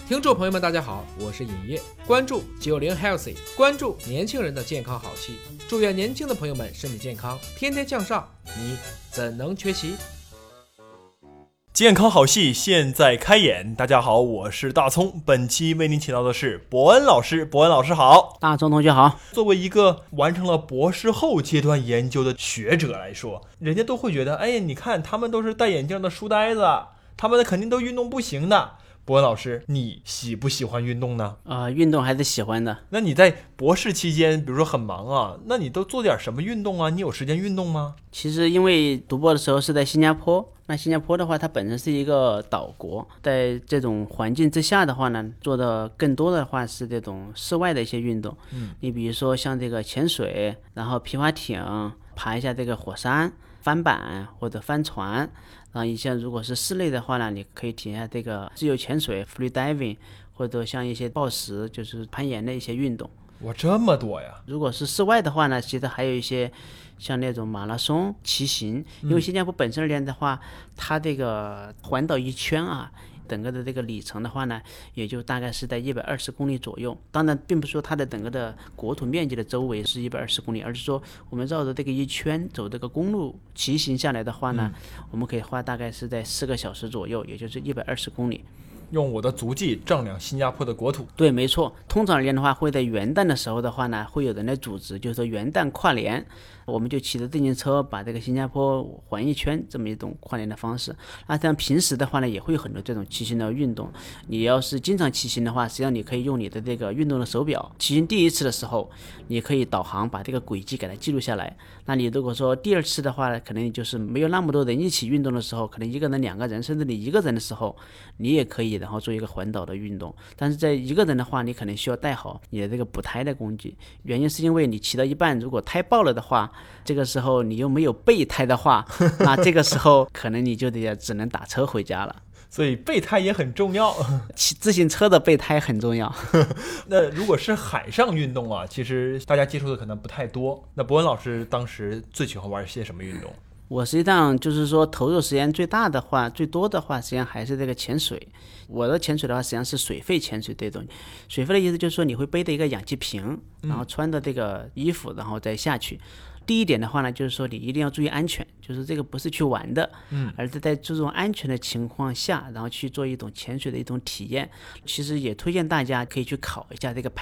听众朋友们，大家好，我是尹烨，关注90 Healthy， 关注年轻人的健康好戏，祝愿年轻的朋友们身体健康，天天向上，你怎能缺席？ 健康好戏现在开演，大家好，我是大葱，本期为您请到的是伯恩老师，伯恩老师好。 大葱同学好。 作为一个完成了博士后阶段研究的学者来说，人家都会觉得，哎，你看他们都是戴眼镜的书呆子，他们肯定都运动不行的。伯恩老师，你喜不喜欢运动呢？ 运动还是喜欢的。 那你在博士期间，比如说很忙啊，那你都做点什么运动啊？你有时间运动吗？ 其实因为读博的时候是在新加坡，那新加坡的话，它本身是一个岛国，在这种环境之下的话呢，做的更多的话是这种室外的一些运动。你比如说像这个潜水，然后皮划艇，爬一下这个火山，翻板或者帆船。然后一些如果是室内的话呢，你可以体验下这个自由潜水 free diving， 或者像一些抱石，就是攀岩的一些运动。 哇，这么多呀！ 如果是室外的话呢，其实还有一些像那种马拉松、骑行。因为新加坡本身而言的话，它这个环岛一圈啊，整个的这个里程的话呢，也就大概是在120公里左右。当然，并不是说它的整个的国土面积的周围是120公里，而是说我们绕着这个一圈走这个公路骑行下来的话呢，我们可以花大概是在4个小时左右，也就是120公里。 用我的足迹丈量新加坡的国土。 对，没错。通常而言的话，会在元旦的时候的话呢，会有人来组织，就是说元旦跨年，我们就骑着自行车把这个新加坡环一圈，这么一种跨年的方式。那像平时的话呢，也会有很多这种骑行的运动。你要是经常骑行的话，实际上你可以用你的这个运动的手表，骑行第一次的时候，你可以导航把这个轨迹给它记录下来。那你如果说第二次的话呢，可能就是没有那么多人一起运动的时候，可能一个人、2个人，甚至你一个人的时候，你也可以然后做一个环岛的运动。但是在一个人的话，你可能需要带好你的这个补胎的工具，原因是因为你骑到一半，如果胎爆了的话，这个时候你又没有备胎的话，那这个时候可能你就只能打车回家了。 所以备胎也很重要， 骑自行车的备胎很重要。 那如果是海上运动啊，其实大家接触的可能不太多。那伯恩老师当时最喜欢玩些什么运动？ 我实际上就是说投入时间最多的话，实际上还是这个潜水。我的潜水的话，实际上是水肺潜水这种。水肺的意思就是说你会背着一个氧气瓶，然后穿着这个衣服，然后再下去。第一点的话呢，就是说你一定要注意安全，就是这个不是去玩的，而是在注重安全的情况下，然后去做一种潜水的一种体验。其实也推荐大家可以去考一下这个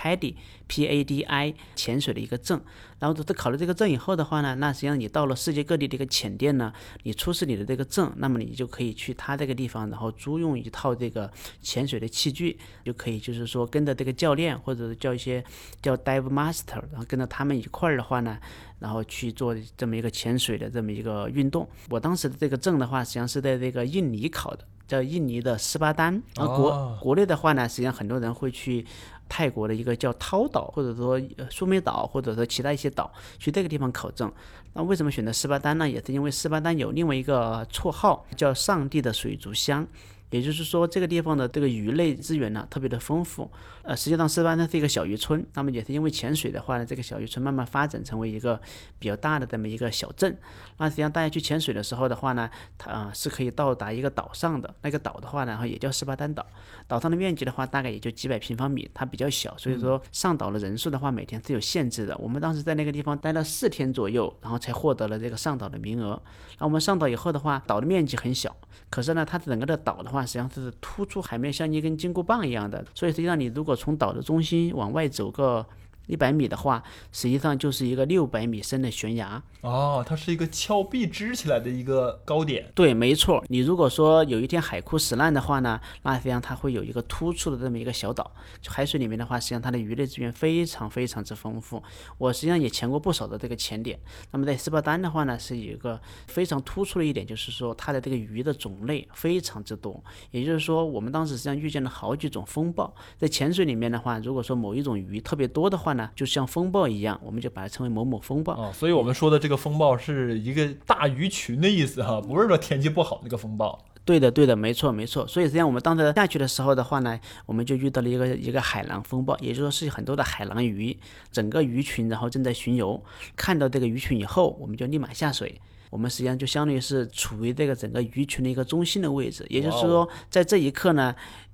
PADI 潜水的一个证。然后考了这个证以后的话呢，那实际上你到了世界各地的一个潜店呢，你出示你的这个证，那么你就可以去他这个地方，然后租用一套这个潜水的器具，就可以就是说跟着这个教练或者叫dive master， 然后跟着他们一块儿的话呢，然后去做这么一个潜水的这么一个运动。我当时的这个证的话，实际上是在这个印尼考的，叫印尼的斯巴丹。然后国内的话呢，实际上很多人会去泰国的一个叫涛岛，或者说苏梅岛，或者说其他一些岛，去这个地方考证。那为什么选择斯巴丹呢？也是因为斯巴丹有另外一个绰号叫上帝的水族箱。也就是说，这个地方的这个鱼类资源呢特别的丰富。实际上斯巴丹是一个小渔村，那么也是因为潜水的话呢，这个小渔村慢慢发展成为一个比较大的这么一个小镇。那实际上大家去潜水的时候的话呢，它是可以到达一个岛上的，那个岛的话呢，也叫斯巴丹岛。岛上的面积的话，大概也就几百平方米，它比较小，所以说上岛的人数的话，每天是有限制的。我们当时在那个地方待了4天左右，然后才获得了这个上岛的名额。那我们上岛以后的话，岛的面积很小，可是呢，它整个的岛的话，实际上是突出海面像一根金箍棒一样的，所以实际上你如果从岛的中心往外走个100米的话，实际上就是一个600米深的悬崖。 它是一个峭壁支起来的一个高点。 对，没错。你如果说有一天海枯石烂的话呢，那实际上它会有一个突出的这么一个小岛。海水里面的话，实际上它的鱼类资源非常非常之丰富。我实际上也潜过不少的这个潜点。那么在斯巴丹的话呢，是有一个非常突出的一点，就是说它的这个鱼的种类非常之多。也就是说，我们当时实际上遇见了好几种风暴。在潜水里面的话，如果说某一种鱼特别多的话呢，就像风暴一样，我们就把它称为某某风暴。 所以我们说的这个风暴是一个大鱼群的意思哈，不是说天气不好那个风暴。 对的，没错。所以实际上我们当时下去的时候的话呢，我们就遇到了一个海浪风暴，也就是说是很多的海狼鱼，整个鱼群然后正在巡游，看到这个鱼群以后，我们就立马下水。我们实际上就相当于是处于这个整个鱼群的一个中心的位置，也就是说在这一刻呢，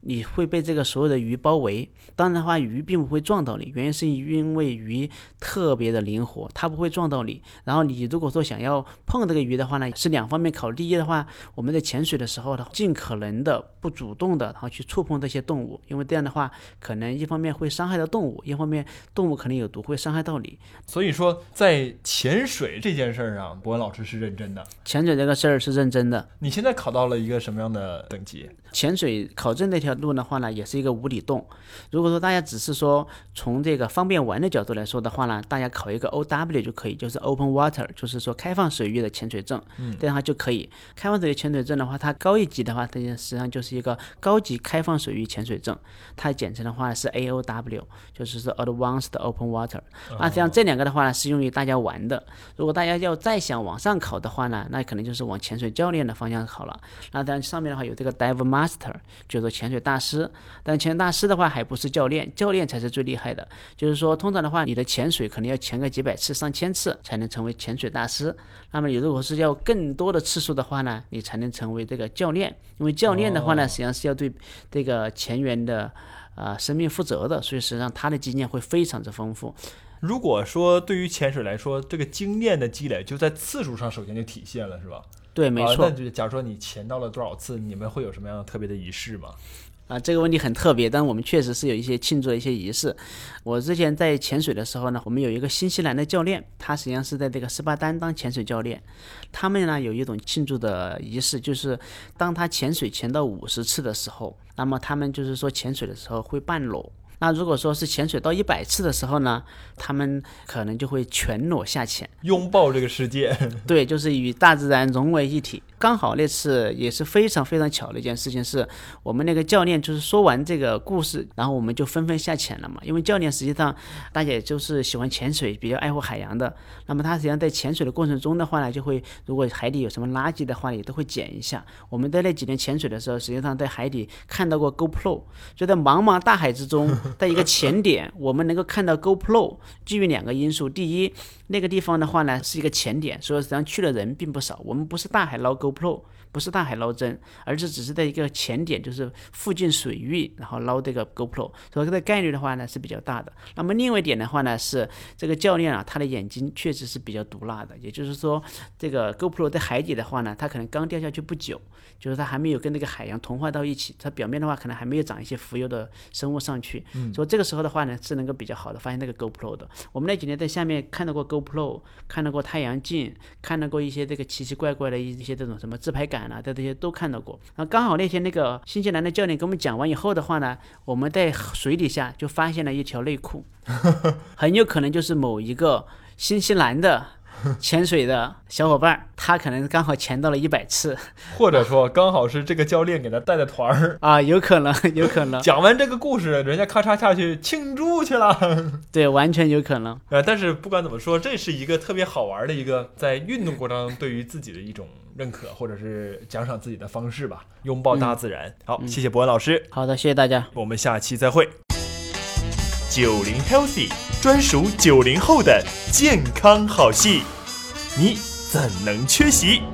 你会被这个所有的鱼包围。当然的话，鱼并不会撞到你，原因是因为鱼特别的灵活，它不会撞到你。然后你如果说想要碰这个鱼的话呢，是两方面考虑。第一的话，我们在潜水的时候呢，尽可能的不主动的然后去触碰这些动物，因为这样的话可能一方面会伤害到动物，一方面动物可能有毒会伤害到你。 所以说在潜水这件事上，博文老师是认真的。 潜水这个事儿是认真的。 你现在考到了一个什么样的等级？ 潜水考证这条路的话呢，也是一个无底洞。如果说大家只是说从这个方便玩的角度来说的话呢，大家考一个 OW 就可以，就是 Open Water， 就是说开放水域的潜水证，这样的话就可以。开放水域潜水证的话，它高一级的话，它实际上就是一个高级开放水域潜水证，它简称的话是 AOW， 就是说 Advanced Open Water。那这样这两个的话呢，是用于大家玩的。如果大家要再想往上考的话呢，那可能就是往潜水教练的方向考了。那当然上面的话有这个 Dive Master， 就是说潜水大师。但潜水大师的话还不是教练，教练才是最厉害的。就是说通常的话，你的潜水可能要潜个几百次、上千次才能成为潜水大师。那么你如果是要更多的次数的话呢，你才能成为这个教练。因为教练的话呢，实际上是要对这个潜员的生命负责的，所以实际上他的经验会非常之丰富。 如果说对于潜水来说，这个经验的积累就在次数上首先就体现了，是吧？ 对，没错。 那就假如说你潜到了多少次，你们会有什么样的特别的仪式吗？ 这个问题很特别，但我们确实是有一些庆祝的一些仪式。我之前在潜水的时候呢，我们有一个新西兰的教练，他实际上是在这个斯巴丹当潜水教练。他们呢有一种庆祝的仪式，就是当他潜水潜到50次的时候，那么他们就是说潜水的时候会半裸。那如果说是潜水到100次的时候呢，他们可能就会全裸下潜， 拥抱这个世界。 对，就是与大自然融为一体。刚好那次也是非常非常巧的一件事情，是我们那个教练就是说完这个故事，然后我们就纷纷下潜了嘛。因为教练实际上大家也就是喜欢潜水，比较爱护海洋的，那么他实际上在潜水的过程中的话呢，就会如果海底有什么垃圾的话，也都会捡一下。我们在那几年潜水的时候，实际上在海底看到过 GoPro， 就在茫茫大海之中，在一个潜点，我们能够看到 GoPro， 基于2个因素。第一，那个地方的话呢是一个潜点，所以实际上去的人并不少。我们不是大海捞 GoPro， 不是大海捞针，而是只是在一个潜点，就是附近水域，然后捞这个 GoPro， 所以这个概率的话呢是比较大的。那么另外一点的话呢，是这个教练啊，他的眼睛确实是比较毒辣的，也就是说这个 GoPro 在海底的话呢，它可能刚掉下去不久，就是它还没有跟这个海洋同化到一起，它表面的话可能还没有长一些浮游的生物上去，所以这个时候的话呢是能够比较好的发现那个 GoPro 的。我们那几年在下面看到过 GoPro， 看到过太阳镜，看到过一些这个奇奇怪怪的一些这种什么自拍杆啊，这些都看到过。然后刚好那天那个新西兰的教练跟我们讲完以后的话呢，我们在水底下就发现了一条内裤，很有可能就是某一个新西兰的潜水的小伙伴，他可能刚好潜到了100次， 或者说刚好是这个教练给他带的团儿啊，有可能，有可能。 讲完这个故事，人家咔嚓下去庆祝去了。 对，完全有可能。 但是不管怎么说，这是一个特别好玩的一个在运动过程中对于自己的一种认可，或者是奖赏自己的方式吧。拥抱大自然。好，谢谢博文老师。 好的，谢谢大家。 我们下期再会。90 Healthy 专属90后的健康好戏，你怎能缺席？